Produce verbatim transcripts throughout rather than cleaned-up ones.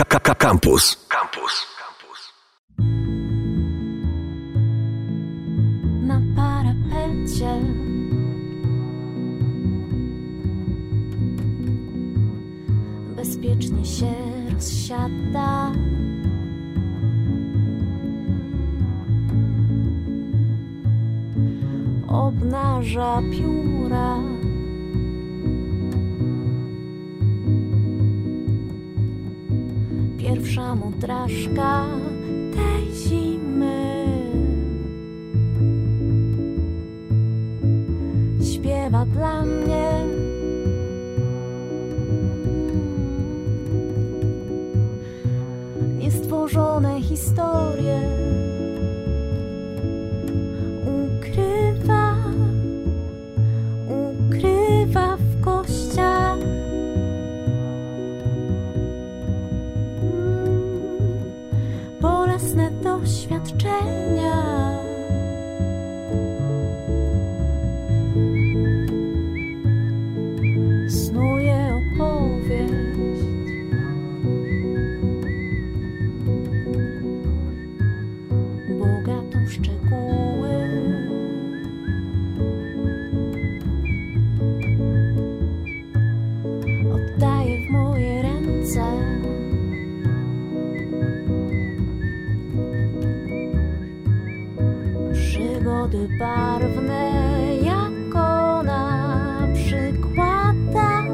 Campus. Campus. Na parapecie bezpiecznie się rozsiada. Obnaża pióra. Pierwsza mudrażka tej zimy śpiewa dla mnie. Niestworzone historie ukrywa, ukrywa w kościach. Bolesne doświadczenia. Snuje opowieść bogatą w szczegóły. Oddaję w moje ręce przygody barwne, jak ona. Przykładam,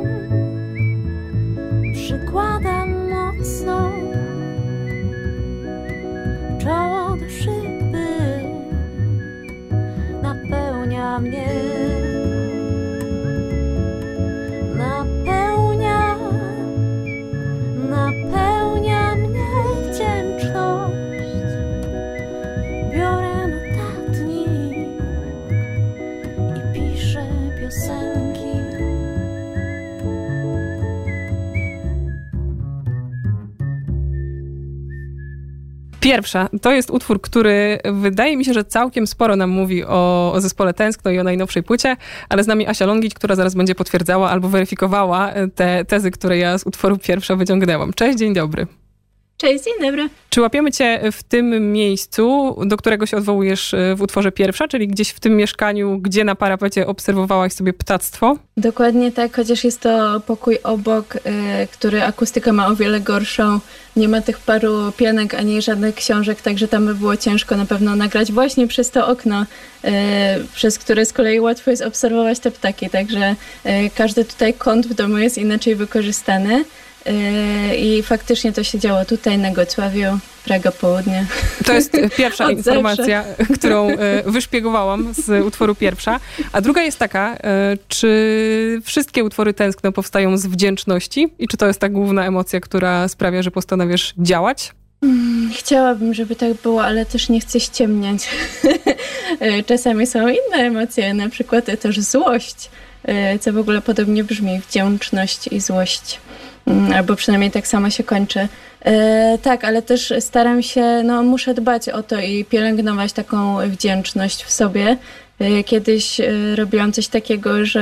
przykładam mocno czoło do szyby. Napełnia mnie, napełnia, napełnia mnie wdzięczność. Biorę i piszę piosenki. Pierwsza to jest utwór, który wydaje mi się, że całkiem sporo nam mówi o, o zespole Tęskno i o najnowszej płycie, ale z nami Asia Longić, która zaraz będzie potwierdzała albo weryfikowała te tezy, które ja z utworu Pierwsza wyciągnęłam. Cześć, dzień dobry. Cześć, dzień dobry. Czy łapiemy cię w tym miejscu, do którego się odwołujesz w utworze Pierwsza, czyli gdzieś w tym mieszkaniu, gdzie na parapecie obserwowałaś sobie ptactwo? Dokładnie tak, chociaż jest to pokój obok, y, który akustykę ma o wiele gorszą. Nie ma tych paru pianek ani żadnych książek, także tam by było ciężko na pewno nagrać właśnie przez to okno, y, przez które z kolei łatwo jest obserwować te ptaki. Także y, każdy tutaj kąt w domu jest inaczej wykorzystany. I faktycznie to się działo tutaj na Gocławiu, Praga Południe. To jest pierwsza informacja, którą wyszpiegowałam z utworu Pierwsza. A druga jest taka, czy wszystkie utwory Tęskno powstają z wdzięczności? I czy to jest ta główna emocja, która sprawia, że postanawiasz działać? Chciałabym, żeby tak było, ale też nie chcę ściemniać. Czasami są inne emocje, na przykład też złość, co w ogóle podobnie brzmi, wdzięczność i złość. Albo przynajmniej tak samo się kończy. E, tak, ale też staram się, no muszę dbać o to i pielęgnować taką wdzięczność w sobie. E, kiedyś e, robiłam coś takiego, że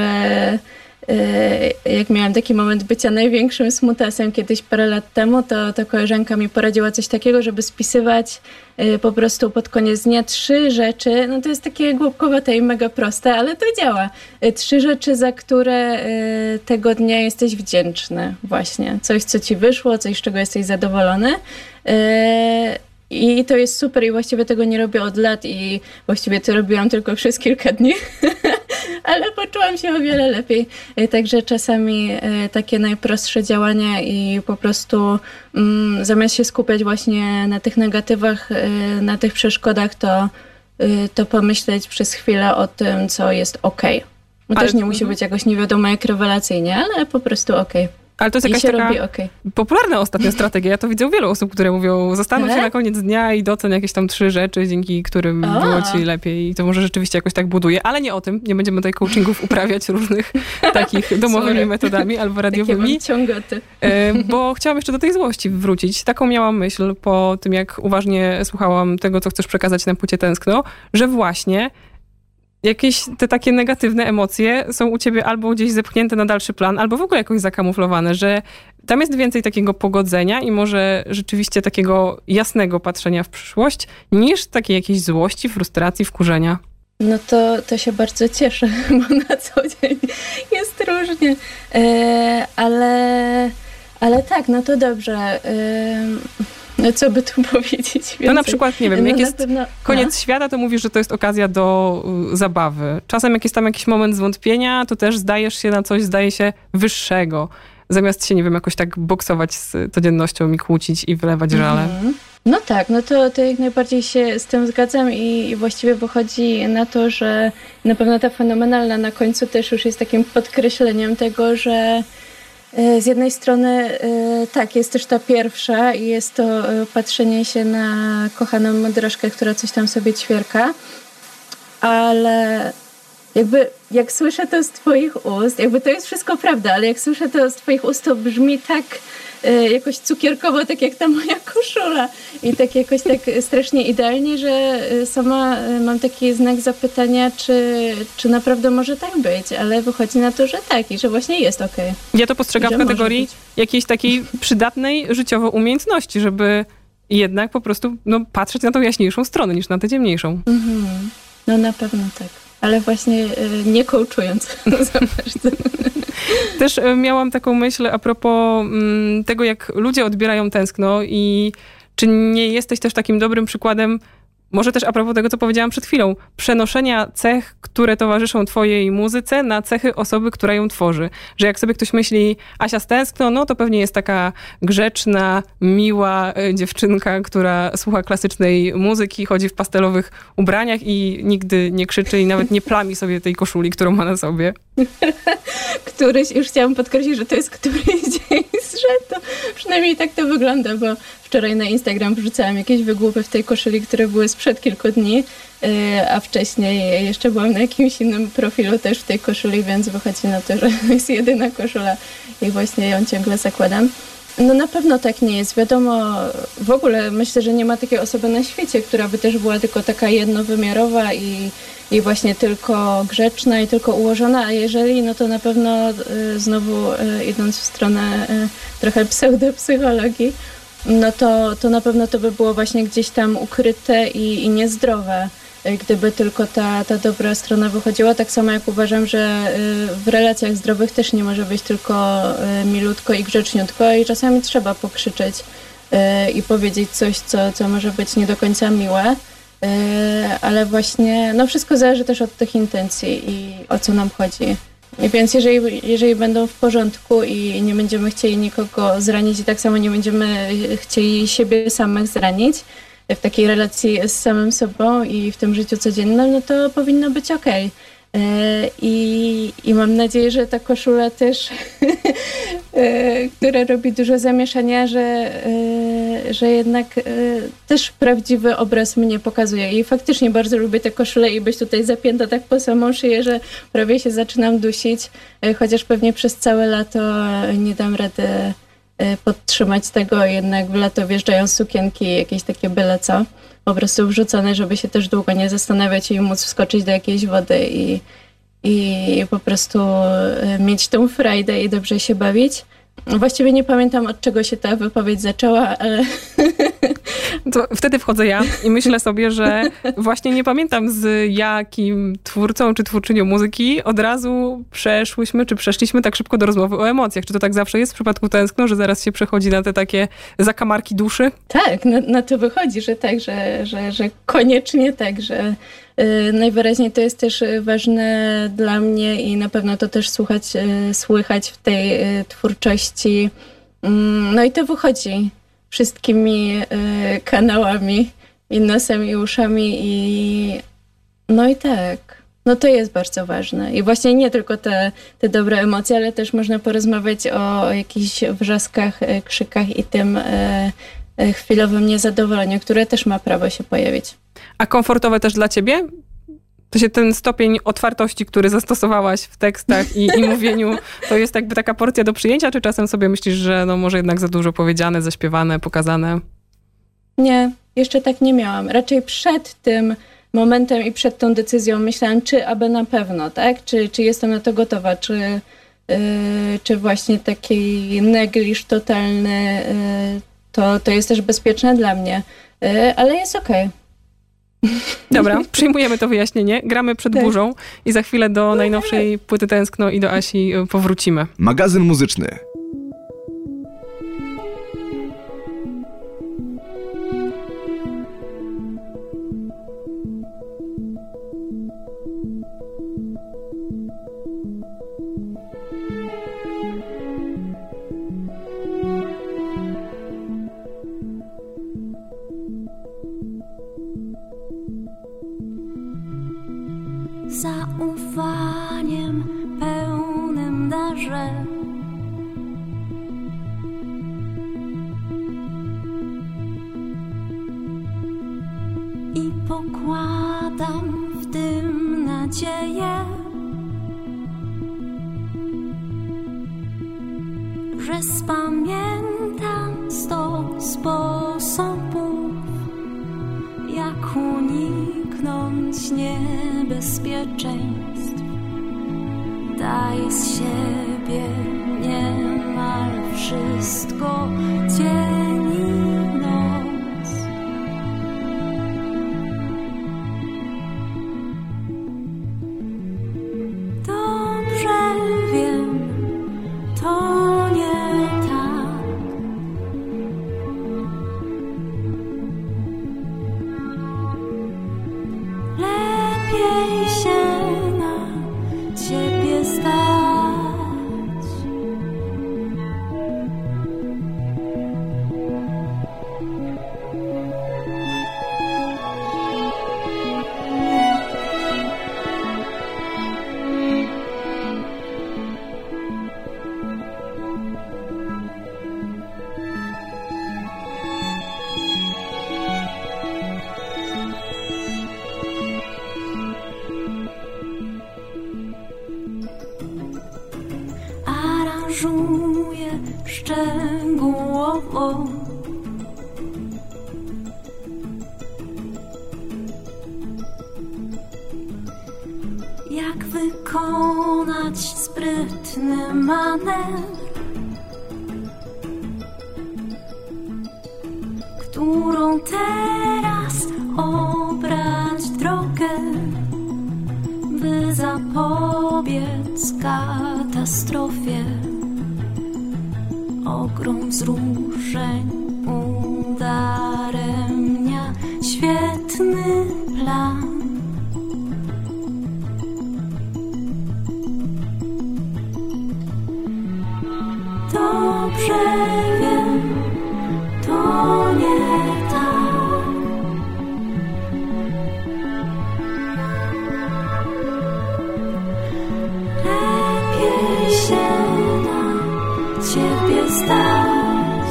e, jak miałam taki moment bycia największym smutasem kiedyś parę lat temu, to, to koleżanka mi poradziła coś takiego, żeby spisywać e, po prostu pod koniec dnia trzy rzeczy. No to jest takie głupkowate i mega proste, ale to działa. E, trzy rzeczy, za które e, tego dnia jesteś wdzięczny właśnie. Coś, co ci wyszło, coś, z czego jesteś zadowolony. E, I to jest super i właściwie tego nie robię od lat i właściwie to robiłam tylko przez kilka dni, ale poczułam się o wiele lepiej. Także czasami takie najprostsze działania i po prostu mm, zamiast się skupiać właśnie na tych negatywach, na tych przeszkodach, to, to pomyśleć przez chwilę o tym, co jest okej. Okay. Też nie musi być jakoś nie wiadomo jak rewelacyjnie, ale po prostu okej. Okay. Ale to jest jakaś taka robi, okay. popularna ostatnio strategia. Ja to widzę u wielu osób, które mówią, zastanów się na koniec dnia i doceń jakieś tam trzy rzeczy, dzięki którym o. było ci lepiej. I to może rzeczywiście jakoś tak buduje. Ale nie o tym. Nie będziemy tutaj coachingów uprawiać różnych takich domowymi Sorry. metodami albo radiowymi. Ciągoty. Bo chciałam jeszcze do tej złości wrócić. Taką miałam myśl po tym, jak uważnie słuchałam tego, co chcesz przekazać na płycie Tęskno, że właśnie jakieś te takie negatywne emocje są u ciebie albo gdzieś zepchnięte na dalszy plan, albo w ogóle jakoś zakamuflowane, że tam jest więcej takiego pogodzenia i może rzeczywiście takiego jasnego patrzenia w przyszłość, niż takiej jakiejś złości, frustracji, wkurzenia. No to, to się bardzo cieszę, bo na co dzień jest różnie. E, ale, ale tak, no to dobrze. E, no co by tu powiedzieć więcej? No na przykład, nie wiem, no jak jest pewno, koniec no. świata, to mówisz, że to jest okazja do y, zabawy. Czasem jak jest tam jakiś moment zwątpienia, to też zdajesz się na coś, zdaje się, wyższego. Zamiast się, nie wiem, jakoś tak boksować z codziennością i kłócić i wylewać żale. Mhm. No tak, no to, to jak najbardziej się z tym zgadzam i, i właściwie wychodzi na to, że na pewno ta fenomenalna na końcu też już jest takim podkreśleniem tego, że y, z jednej strony y, tak, jest też ta pierwsza i jest to y, patrzenie się na kochaną modrożkę, która coś tam sobie ćwierka, ale jakby jak słyszę to z twoich ust, jakby to jest wszystko prawda, ale jak słyszę to z twoich ust, to brzmi tak y, jakoś cukierkowo, tak jak ta moja koszula i tak jakoś tak strasznie idealnie, że y, sama y, mam taki znak zapytania, czy, czy naprawdę może tak być, ale wychodzi na to, że tak i że właśnie jest okej. Ja to postrzegam w kategorii jakiejś takiej przydatnej życiowo umiejętności, żeby jednak po prostu no, patrzeć na tą jaśniejszą stronę niż na tę ciemniejszą. Mhm. No na pewno tak. Ale właśnie y, nie coachując za bardzo. Też y, miałam taką myśl a propos mm, tego, jak ludzie odbierają tęskno i czy nie jesteś też takim dobrym przykładem, może też a propos tego, co powiedziałam przed chwilą, przenoszenia cech, które towarzyszą twojej muzyce na cechy osoby, która ją tworzy. Że jak sobie ktoś myśli, Asia z Tęskno, no to pewnie jest taka grzeczna, miła y, dziewczynka, która słucha klasycznej muzyki, chodzi w pastelowych ubraniach i nigdy nie krzyczy i nawet nie plami sobie tej koszuli, którą ma na sobie. Któryś, już chciałam podkreślić, że to jest któryś dzień z rzędu. Przynajmniej tak to wygląda, bo wczoraj na Instagram wrzucałam jakieś wygłupy w tej koszuli, które były sprzed kilku dni, a wcześniej jeszcze byłam na jakimś innym profilu też w tej koszuli, więc wychodzi na to, że to jest jedyna koszula i właśnie ją ciągle zakładam. No na pewno tak nie jest. Wiadomo, w ogóle myślę, że nie ma takiej osoby na świecie, która by też była tylko taka jednowymiarowa i, i właśnie tylko grzeczna i tylko ułożona, a jeżeli, no to na pewno y, znowu y, idąc w stronę y, trochę pseudopsychologii, no to, to na pewno to by było właśnie gdzieś tam ukryte i, i niezdrowe, gdyby tylko ta, ta dobra strona wychodziła. Tak samo jak uważam, że w relacjach zdrowych też nie może być tylko milutko i grzeczniutko i czasami trzeba pokrzyczeć i powiedzieć coś, co, co może być nie do końca miłe, ale właśnie no wszystko zależy też od tych intencji i o co nam chodzi. Więc jeżeli, jeżeli będą w porządku i nie będziemy chcieli nikogo zranić i tak samo nie będziemy chcieli siebie samych zranić w takiej relacji z samym sobą i w tym życiu codziennym, no to powinno być okej. I, I mam nadzieję, że ta koszula też, która robi dużo zamieszania, że, że jednak też prawdziwy obraz mnie pokazuje. I faktycznie bardzo lubię tę koszulę i być tutaj zapięta tak po samą szyję, że prawie się zaczynam dusić, chociaż pewnie przez całe lato nie dam rady podtrzymać tego, jednak w lato wjeżdżają sukienki, jakieś takie byle co, po prostu wrzucone, żeby się też długo nie zastanawiać i móc wskoczyć do jakiejś wody i, i po prostu mieć tą frajdę i dobrze się bawić. Właściwie nie pamiętam, od czego się ta wypowiedź zaczęła, ale... To wtedy wchodzę ja i myślę sobie, że właśnie nie pamiętam z jakim twórcą czy twórczynią muzyki od razu przeszłyśmy, czy przeszliśmy tak szybko do rozmowy o emocjach. Czy to tak zawsze jest w przypadku Tęskno, że zaraz się przechodzi na te takie zakamarki duszy? Tak, na, na to wychodzi, że tak, że, że, że koniecznie tak, że yy, najwyraźniej to jest też ważne dla mnie i na pewno to też słuchać, yy, słychać w tej yy, twórczości. Yy, no i to wychodzi wszystkimi y, kanałami i nosem i uszami i no i tak, no to jest bardzo ważne i właśnie nie tylko te, te dobre emocje, ale też można porozmawiać o, o jakichś wrzaskach, y, krzykach i tym y, y, chwilowym niezadowoleniu, które też ma prawo się pojawić. A komfortowe też dla ciebie? To się ten stopień otwartości, który zastosowałaś w tekstach i, i mówieniu, to jest jakby taka porcja do przyjęcia, czy czasem sobie myślisz, że no może jednak za dużo powiedziane, zaśpiewane, pokazane? Nie, jeszcze tak nie miałam. Raczej przed tym momentem i przed tą decyzją myślałam, czy aby na pewno, tak? Czy, czy jestem na to gotowa, czy, yy, czy właśnie taki negliż totalny, yy, to, to jest też bezpieczne dla mnie. Yy, ale jest okej. Dobra, przyjmujemy to wyjaśnienie. Gramy przed tak. burzą i za chwilę do najnowszej płyty Tęskno i do Asi powrócimy. Magazyn muzyczny. Zaufaniem pełnym darzę i pokładam w tym nadzieję, że spamiętam sto sposobów, jak uniknąć niebezpieczeństw. Daję z siebie niemal wszystko, dzień i noc. Dobrze wiem, to nie tak. Lepiej się na ciebie stać. Aranżuję szczegółowo jak wykonać sprytny manewr, którą teraz obrać drogę, by zapobiec katastrofie. Ogrom wzruszeń udaremnia świetny plan. Dobrze wiem, to nie tak. Lepiej się na ciebie stać.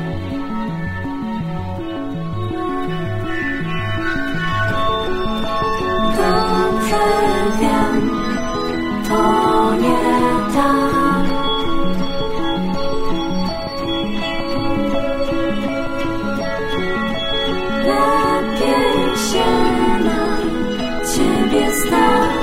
Dobrze wiem, to nie tak. Lepiej się na ciebie stać.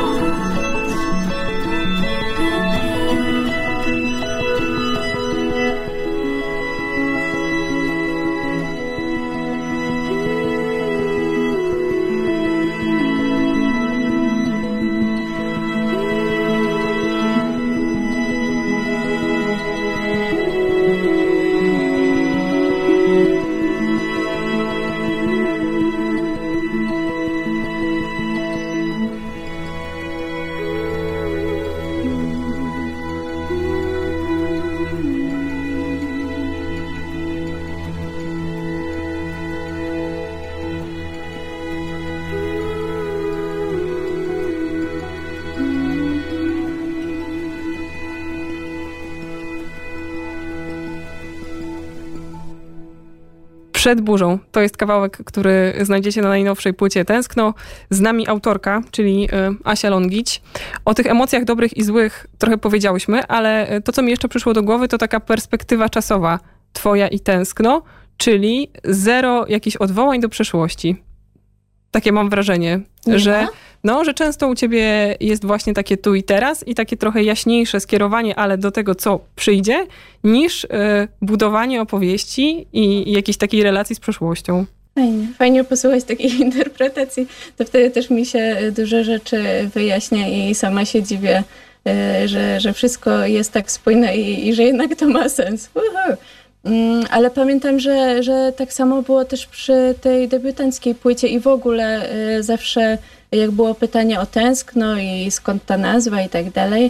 Przed burzą. To jest kawałek, który znajdziecie na najnowszej płycie Tęskno. Z nami autorka, czyli Asia Longić. O tych emocjach dobrych i złych trochę powiedziałyśmy, ale to, co mi jeszcze przyszło do głowy, to taka perspektywa czasowa twoja i Tęskno, czyli zero jakichś odwołań do przeszłości. Takie mam wrażenie, Nie że, ma? no, że często u ciebie jest właśnie takie tu i teraz i takie trochę jaśniejsze skierowanie, ale do tego, co przyjdzie, niż y, budowanie opowieści i, i jakiejś takiej relacji z przeszłością. Fajnie. Fajnie posłuchać takiej interpretacji. To wtedy też mi się dużo rzeczy wyjaśnia i sama się dziwię, że, że wszystko jest tak spójne i, i że jednak to ma sens. Uhu. Ale pamiętam, że, że tak samo było też przy tej debiutanckiej płycie i w ogóle zawsze jak było pytanie o tęskno i skąd ta nazwa i tak dalej,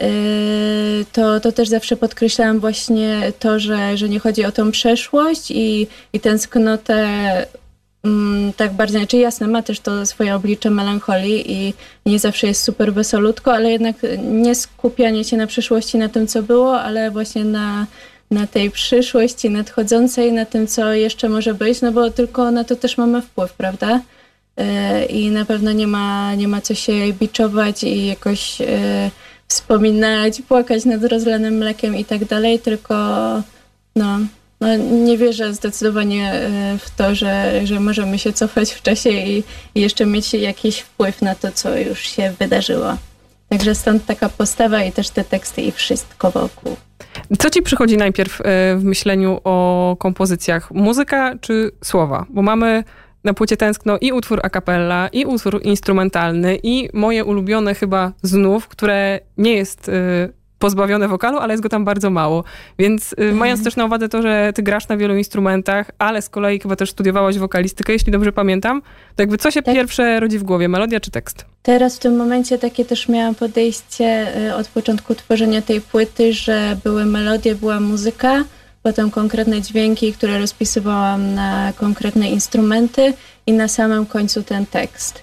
to, to też zawsze podkreślałam właśnie to, że, że nie chodzi o tą przeszłość i, i tęsknotę mm, tak bardzo, znaczy jasne, ma też to swoje oblicze melancholii i nie zawsze jest super wesolutko, ale jednak nie skupianie się na przeszłości, na tym, co było, ale właśnie na, na tej przyszłości nadchodzącej, na tym, co jeszcze może być, no bo tylko na to też mamy wpływ, prawda? I na pewno nie ma, nie ma co się biczować i jakoś wspominać, płakać nad rozlanym mlekiem i tak dalej, tylko no, no nie wierzę zdecydowanie w to, że, że możemy się cofać w czasie i, i jeszcze mieć jakiś wpływ na to, co już się wydarzyło. Także stąd taka postawa i też te teksty i wszystko wokół. Co ci przychodzi najpierw w myśleniu o kompozycjach? Muzyka czy słowa? Bo mamy na płycie Tęskno i utwór a cappella, i utwór instrumentalny, i moje ulubione chyba Znów, które nie jest y, pozbawione wokalu, ale jest go tam bardzo mało. Więc y, mhm. mając też na uwadze to, że ty grasz na wielu instrumentach, ale z kolei chyba też studiowałaś wokalistykę, jeśli dobrze pamiętam, to jakby co się tak. pierwsze rodzi w głowie, melodia czy tekst? Teraz w tym momencie takie też miałam podejście y, od początku tworzenia tej płyty, że były melodie, była muzyka, potem konkretne dźwięki, które rozpisywałam na konkretne instrumenty i na samym końcu ten tekst.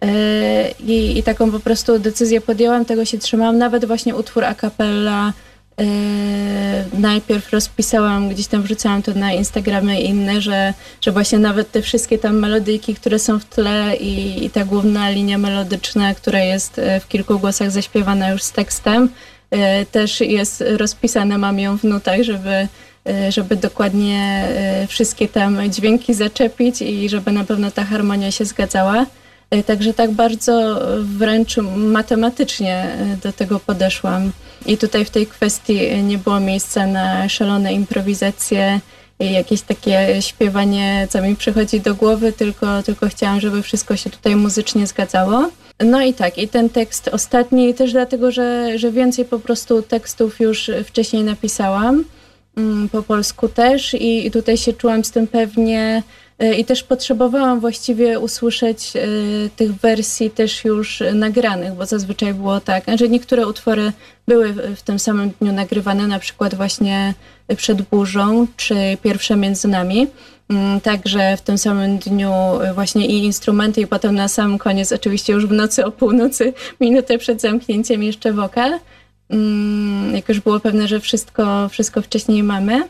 I, i taką po prostu decyzję podjęłam, tego się trzymałam. Nawet właśnie utwór a cappella yy, najpierw rozpisałam, gdzieś tam wrzucałam to na Instagramie i inne, że, że właśnie nawet te wszystkie tam melodyjki, które są w tle i, i ta główna linia melodyczna, która jest w kilku głosach zaśpiewana już z tekstem, yy, też jest rozpisane, mam ją w nutach, żeby żeby dokładnie wszystkie tam dźwięki zaczepić i żeby na pewno ta harmonia się zgadzała. Także tak bardzo wręcz matematycznie do tego podeszłam. I tutaj w tej kwestii nie było miejsca na szalone improwizacje i jakieś takie śpiewanie, co mi przychodzi do głowy, tylko, tylko chciałam, żeby wszystko się tutaj muzycznie zgadzało. No i tak, i ten tekst ostatni też dlatego, że, że więcej po prostu tekstów już wcześniej napisałam. Po polsku też i, i tutaj się czułam z tym pewnie y, i też potrzebowałam właściwie usłyszeć y, tych wersji też już nagranych, bo zazwyczaj było tak, że niektóre utwory były w, w tym samym dniu nagrywane, na przykład właśnie Przed burzą czy Pierwsze między nami. Y, także w tym samym dniu właśnie i instrumenty i potem na sam koniec, oczywiście już w nocy o północy, minutę przed zamknięciem jeszcze wokal. Jak już było pewne, że wszystko, wszystko wcześniej mamy,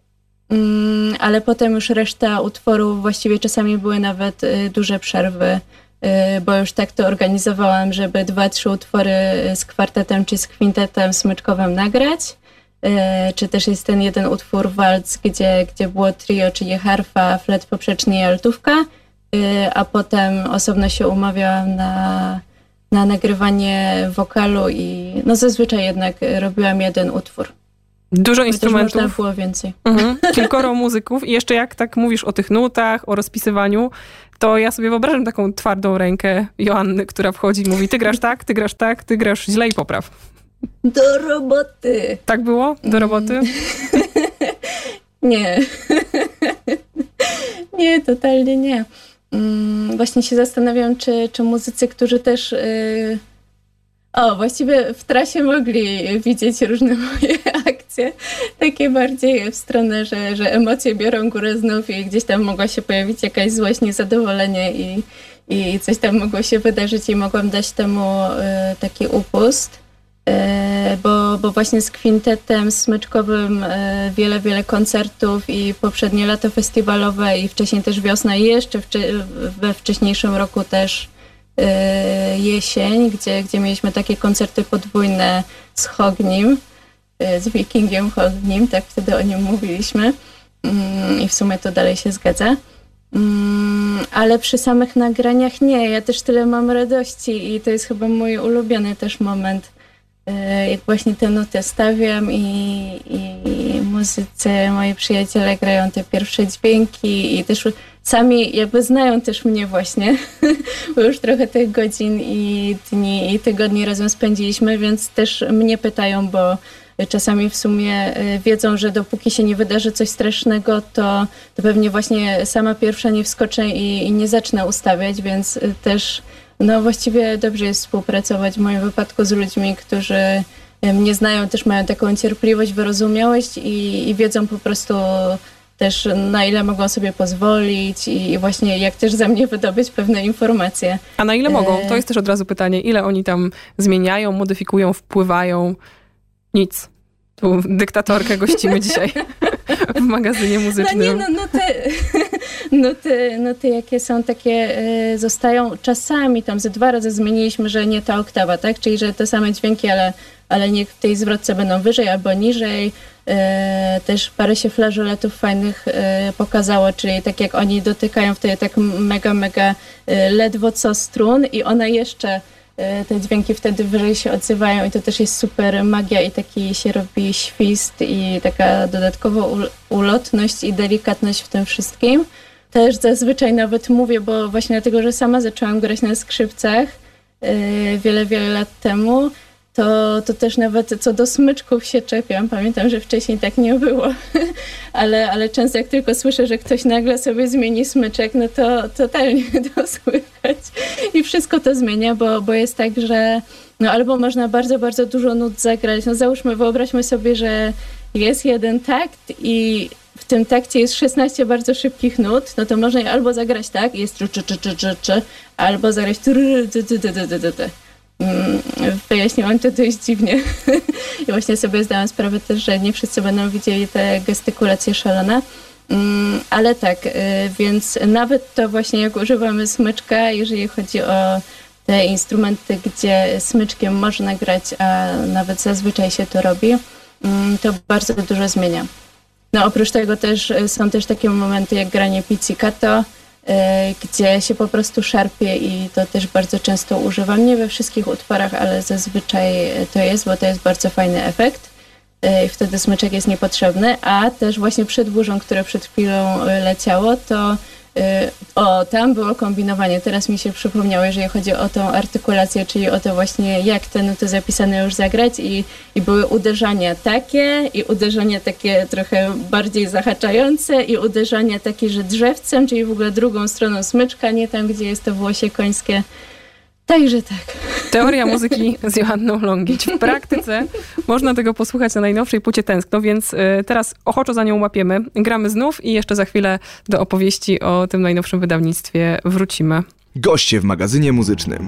ale potem już reszta utworów właściwie czasami były nawet duże przerwy, bo już tak to organizowałam, żeby dwa, trzy utwory z kwartetem czy z kwintetem smyczkowym nagrać, czy też jest ten jeden utwór walc, gdzie, gdzie było trio, czyli harfa, flet poprzeczny i altówka, a potem osobno się umawiałam na na nagrywanie wokalu i no zazwyczaj jednak robiłam jeden utwór. Dużo instrumentów. Można było więcej. Mhm. Kilkoro muzyków i jeszcze jak tak mówisz o tych nutach, o rozpisywaniu, to ja sobie wyobrażam taką twardą rękę Joanny, która wchodzi i mówi, ty grasz tak, ty grasz tak, ty grasz źle i popraw. Do roboty. Tak było? Do roboty? Nie. Nie, totalnie nie. Właśnie się zastanawiam, czy, czy muzycy, którzy też yy... o, właściwie w trasie mogli widzieć różne moje akcje, takie bardziej w stronę, że, że emocje biorą górę znów i gdzieś tam mogła się pojawić jakaś złość, niezadowolenie i, i coś tam mogło się wydarzyć i mogłam dać temu yy, taki upust. Bo, bo właśnie z kwintetem smyczkowym wiele, wiele koncertów i poprzednie lato festiwalowe i wcześniej też wiosna i jeszcze wcze- we wcześniejszym roku też jesień, gdzie, gdzie mieliśmy takie koncerty podwójne z Hognim, z Wikingiem Hognim, tak wtedy o nim mówiliśmy i w sumie to dalej się zgadza. Ale przy samych nagraniach nie. Ja też tyle mam radości i to jest chyba mój ulubiony też moment. Jak właśnie te nuty stawiam i, i muzycy, moi przyjaciele grają te pierwsze dźwięki i też sami jakby znają też mnie właśnie, bo już trochę tych godzin i dni i tygodni razem spędziliśmy, więc też mnie pytają, bo czasami w sumie wiedzą, że dopóki się nie wydarzy coś strasznego, to, to pewnie właśnie sama pierwsza nie wskoczę i, i nie zacznę ustawiać, więc też no właściwie dobrze jest współpracować w moim wypadku z ludźmi, którzy mnie znają, też mają taką cierpliwość, wyrozumiałość i, i wiedzą po prostu też na ile mogą sobie pozwolić i właśnie jak też ze mnie wydobyć pewne informacje. A na ile mogą? To jest też od razu pytanie, ile oni tam zmieniają, modyfikują, wpływają? Nic. Tu dyktatorkę gościmy dzisiaj w magazynie muzycznym. No nie, no, no, te, no, te, no te jakie są takie, y, zostają czasami tam ze dwa razy zmieniliśmy, że nie ta oktawa, tak? Czyli, że te same dźwięki, ale, ale niech w tej zwrotce będą wyżej albo niżej. Y, też parę się flażoletów fajnych y, pokazało, czyli tak jak oni dotykają wtedy tak mega, mega y, ledwo co strun i one jeszcze te dźwięki wtedy wyżej się odzywają i to też jest super magia i taki się robi świst i taka dodatkowa ulotność i delikatność w tym wszystkim. Też zazwyczaj nawet mówię, bo właśnie dlatego, że sama zaczęłam grać na skrzypcach wiele, wiele lat temu, to, to też nawet co do smyczków się czepiam. Pamiętam, że wcześniej tak nie było, ale, ale często jak tylko słyszę, że ktoś nagle sobie zmieni smyczek, no to totalnie to słychać i wszystko to zmienia, bo, bo jest tak, że no albo można bardzo, bardzo dużo nut zagrać. No załóżmy, wyobraźmy sobie, że jest jeden takt i w tym takcie jest szesnaście bardzo szybkich nut, no to można je albo zagrać tak, jest czy, czy, czy, czy, czy, czy, albo zagrać wyjaśniłam to dość dziwnie i właśnie sobie zdałam sprawę też, że nie wszyscy będą widzieli te gestykulacje szalone, ale tak, więc nawet to właśnie jak używamy smyczka, jeżeli chodzi o te instrumenty, gdzie smyczkiem można grać, a nawet zazwyczaj się to robi, to bardzo dużo zmienia. No oprócz tego też są też takie momenty jak granie pizzicato, gdzie się po prostu szarpie i to też bardzo często używam. Nie we wszystkich utworach, ale zazwyczaj to jest, bo to jest bardzo fajny efekt i wtedy smyczek jest niepotrzebny, a też właśnie przed burzą, które przed chwilą leciało, to o, tam było kombinowanie. Teraz mi się przypomniało, jeżeli chodzi o tą artykulację, czyli o to właśnie, jak te nuty zapisane już zagrać i, i były uderzania takie i uderzania takie trochę bardziej zahaczające i uderzania takie, że drzewcem, czyli w ogóle drugą stroną smyczka, nie tam, gdzie jest to włosie końskie. Także tak. Teoria muzyki z Joanną Longić. W praktyce można tego posłuchać na najnowszej płycie Tęskno, więc teraz ochoczo za nią łapiemy. Gramy znów i jeszcze za chwilę do opowieści o tym najnowszym wydawnictwie wrócimy. Goście w magazynie muzycznym.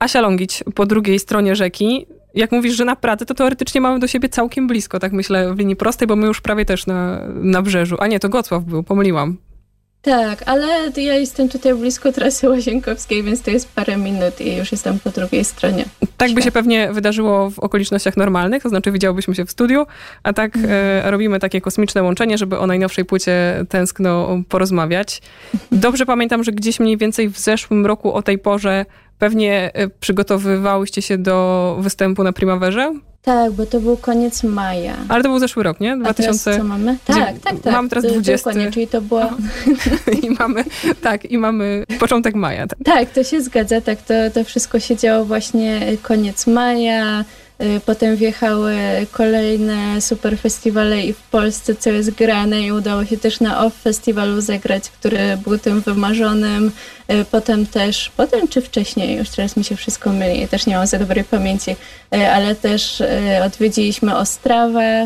Asia Longić po drugiej stronie rzeki. Jak mówisz, że na pracy, to teoretycznie mamy do siebie całkiem blisko, tak myślę, w linii prostej, bo my już prawie też na, na Brzeżu. A nie, to Gocław był, pomyliłam. Tak, ale ja jestem tutaj blisko trasy Łazienkowskiej, więc to jest parę minut i już jestem po drugiej stronie. Tak by się pewnie wydarzyło w okolicznościach normalnych, to znaczy widziałybyśmy się w studiu, a tak mm. e, robimy takie kosmiczne łączenie, żeby o najnowszej płycie Tęskno porozmawiać. Dobrze pamiętam, że gdzieś mniej więcej w zeszłym roku o tej porze pewnie przygotowywałyście się do występu na Primaverze? Tak, bo to był koniec maja. Ale to był zeszły rok, nie? dwa tysiące... A teraz co mamy? Tak, tak, tak. Mam teraz dwudziesty. Dokładnie, czyli to było... I mamy, tak, i mamy początek maja. Tak, tak to się zgadza, tak, to, to wszystko się działo właśnie koniec maja. Potem wjechały kolejne super festiwale i w Polsce, co jest grane, i udało się też na Off Festiwalu zagrać, który był tym wymarzonym. Potem też, potem czy wcześniej, już teraz mi się wszystko myli, też nie mam za dobrej pamięci, ale też odwiedziliśmy Ostrawę.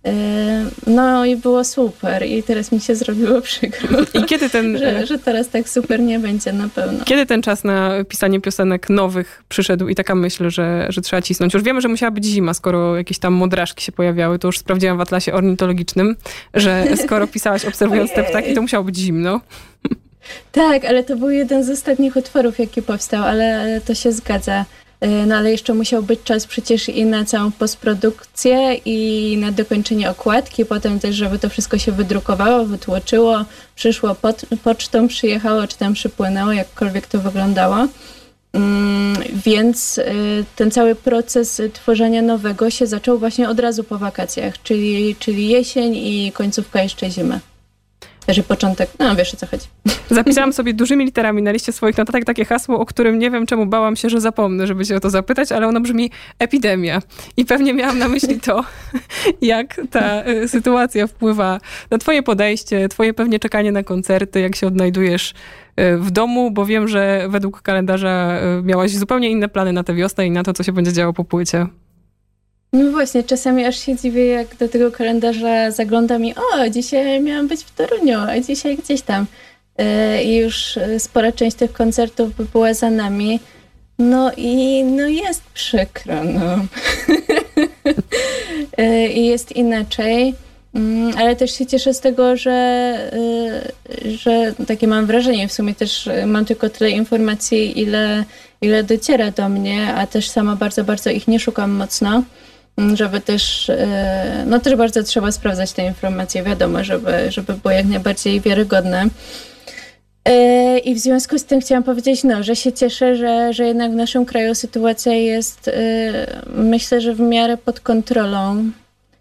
No i było super i teraz mi się zrobiło przykro. I kiedy ten... że, że teraz tak super nie będzie na pewno. Kiedy ten czas na pisanie piosenek nowych przyszedł i taka myśl, że, że trzeba cisnąć? Już wiemy, że musiała być zima, skoro jakieś tam modraszki się pojawiały. To już sprawdziłam w atlasie ornitologicznym, że skoro pisałaś obserwując te ptaki, to musiało być zimno. Tak, ale to był jeden z ostatnich utworów, jaki powstał, ale to się zgadza. No ale jeszcze musiał być czas przecież i na całą postprodukcję i na dokończenie okładki, potem też, żeby to wszystko się wydrukowało, wytłoczyło, przyszło pod, pocztą, przyjechało, czy tam przypłynęło, jakkolwiek to wyglądało. Mm, więc y, ten cały proces tworzenia nowego się zaczął właśnie od razu po wakacjach, czyli, czyli jesień i końcówka jeszcze zimy. Że początek, no wiesz o co chodzi. Zapisałam sobie dużymi literami na liście swoich notatek takie hasło, o którym nie wiem czemu bałam się, że zapomnę, żeby cię o to zapytać, ale ono brzmi epidemia. I pewnie miałam na myśli to, jak ta y, sytuacja wpływa na twoje podejście, twoje pewnie czekanie na koncerty, jak się odnajdujesz y, w domu, bo wiem, że według kalendarza y, miałaś zupełnie inne plany na tę wiosnę i na to, co się będzie działo po płycie. No właśnie, czasami aż się dziwię, jak do tego kalendarza zaglądam i o, dzisiaj miałam być w Toruniu, a dzisiaj gdzieś tam. Yy, I już spora część tych koncertów by była za nami. No i no jest przykro, no. yy, I jest inaczej. Yy, ale też się cieszę z tego, że, yy, że takie mam wrażenie, w sumie też mam tylko tyle informacji, ile, ile dociera do mnie, a też sama bardzo, bardzo ich nie szukam mocno. Żeby też, no też bardzo trzeba sprawdzać te informacje, wiadomo, żeby, żeby było jak najbardziej wiarygodne. I w związku z tym chciałam powiedzieć, no, że się cieszę, że, że jednak w naszym kraju sytuacja jest, myślę, że w miarę pod kontrolą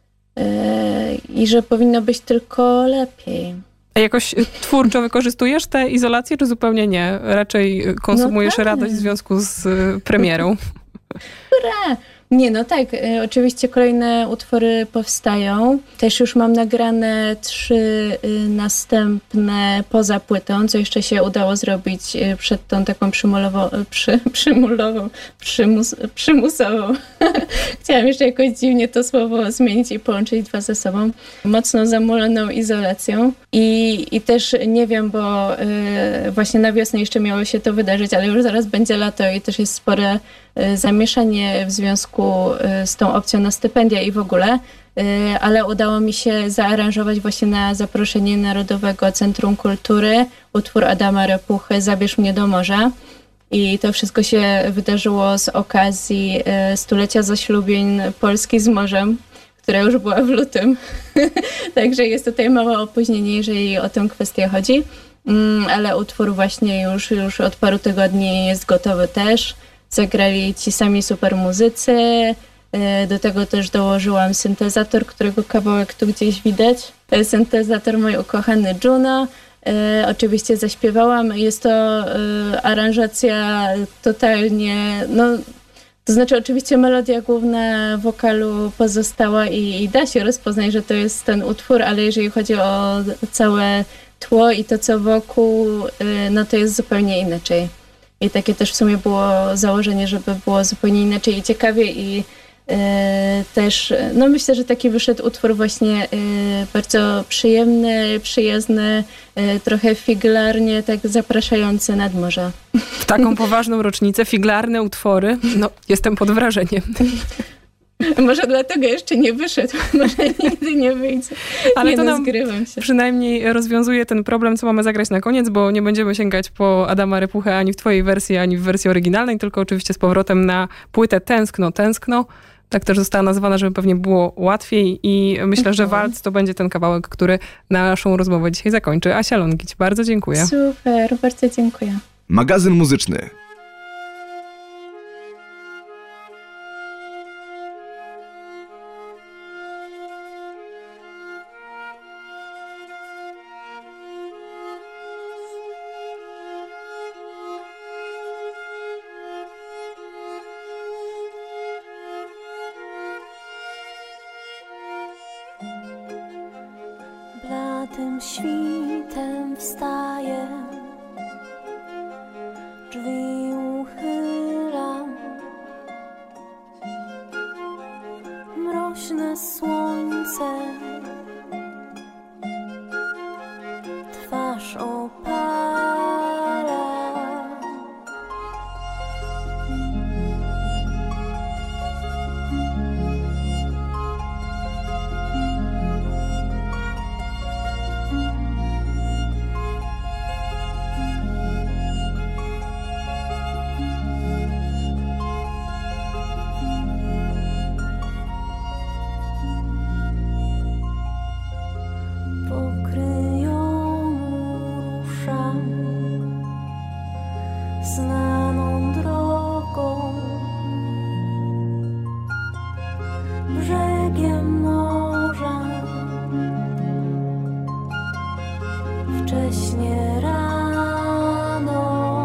i że powinno być tylko lepiej. A jakoś twórczo wykorzystujesz tę izolację, czy zupełnie nie? Raczej konsumujesz no tak. radość w związku z premierą? Hurra! Nie, no tak, y, oczywiście kolejne utwory powstają. Też już mam nagrane trzy y, następne poza płytą, co jeszcze się udało zrobić y, przed tą taką przymulową, y, przy, przymulową, przymus, przymusową. Chciałam jeszcze jakoś dziwnie to słowo zmienić i połączyć dwa ze sobą. Mocno zamuloną izolacją. I, i też nie wiem, bo y, właśnie na wiosnę jeszcze miało się to wydarzyć, ale już zaraz będzie lato i też jest spore zamieszanie w związku z tą opcją na stypendia i w ogóle, ale udało mi się zaaranżować właśnie na zaproszenie Narodowego Centrum Kultury utwór Adama Repuchy Zabierz mnie do morza. I to wszystko się wydarzyło z okazji stulecia zaślubin Polski z morzem, która już była w lutym. Także jest tutaj małe opóźnienie, jeżeli o tę kwestię chodzi. Ale utwór właśnie już, już od paru tygodni jest gotowy też. Zagrali ci sami super muzycy. Do tego też dołożyłam syntezator, którego kawałek tu gdzieś widać. Syntezator mój ukochany Juno. Oczywiście zaśpiewałam. Jest to aranżacja totalnie... No, to znaczy oczywiście melodia główna wokalu pozostała i, i da się rozpoznać, że to jest ten utwór, ale jeżeli chodzi o całe tło i to co wokół, no to jest zupełnie inaczej. I takie też w sumie było założenie, żeby było zupełnie inaczej i ciekawie i Też, no myślę, że taki wyszedł utwór właśnie bardzo przyjemny, przyjazny, trochę figlarnie, tak zapraszający nad morze. W taką poważną rocznicę figlarne utwory, no jestem pod wrażeniem. Może dlatego jeszcze nie wyszedł, może nigdy nie wyjdzie. Ale nie to no, nam zgrywam się. Przynajmniej rozwiązuje ten problem, co mamy zagrać na koniec, bo nie będziemy sięgać po Adama Repuchę ani w twojej wersji, ani w wersji oryginalnej, tylko oczywiście z powrotem na płytę Tęskno, Tęskno. Tak też została nazwana, żeby pewnie było łatwiej i myślę, że walc to będzie ten kawałek, który naszą rozmowę dzisiaj zakończy. Asia Longić, bardzo dziękuję. Super, bardzo dziękuję. Magazyn muzyczny. Bladym świtem wstaję, drzwi uchylam, mroźne słońce twarz opala. Znaną drogą, brzegiem morza, wcześnie rano.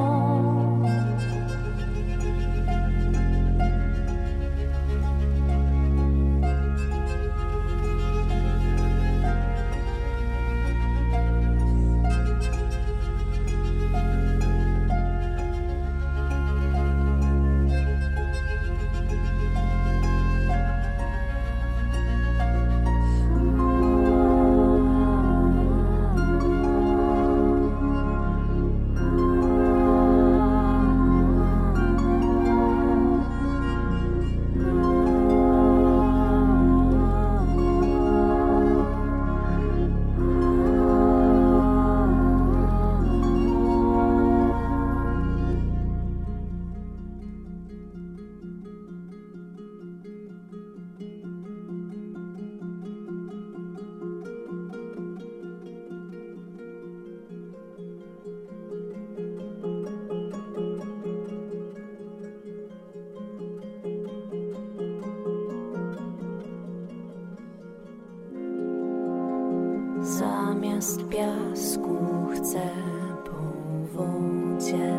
Zamiast piasku chcę po wodzie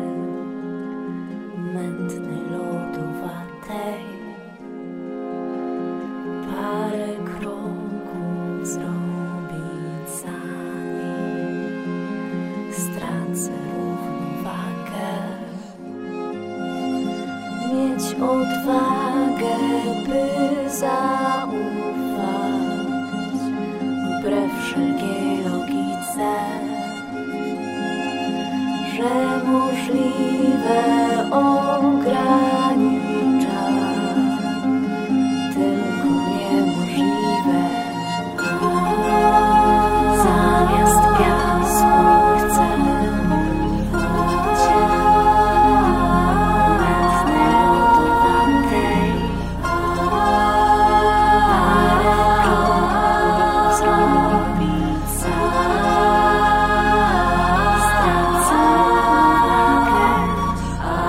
mętnej lodowatej, parę kroków zrobić zanim stracę równowagę, mieć odwagę, by zaufać wbrew wszelkiej logice, że możliwe ogranicza tylko niemożliwe. Zamiast piasku chcę wodzie mętnej lodowatej, parę kroków zrobić zanim stracę uwagę,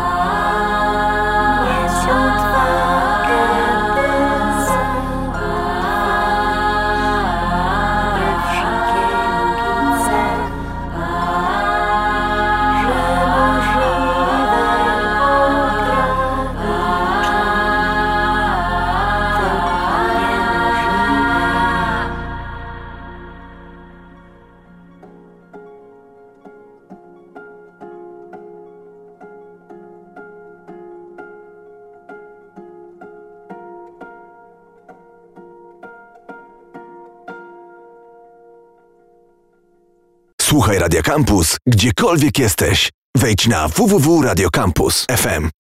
Słuchaj Radio Campus, gdziekolwiek jesteś. Wejdź na w w w kropka radio campus kropka f m.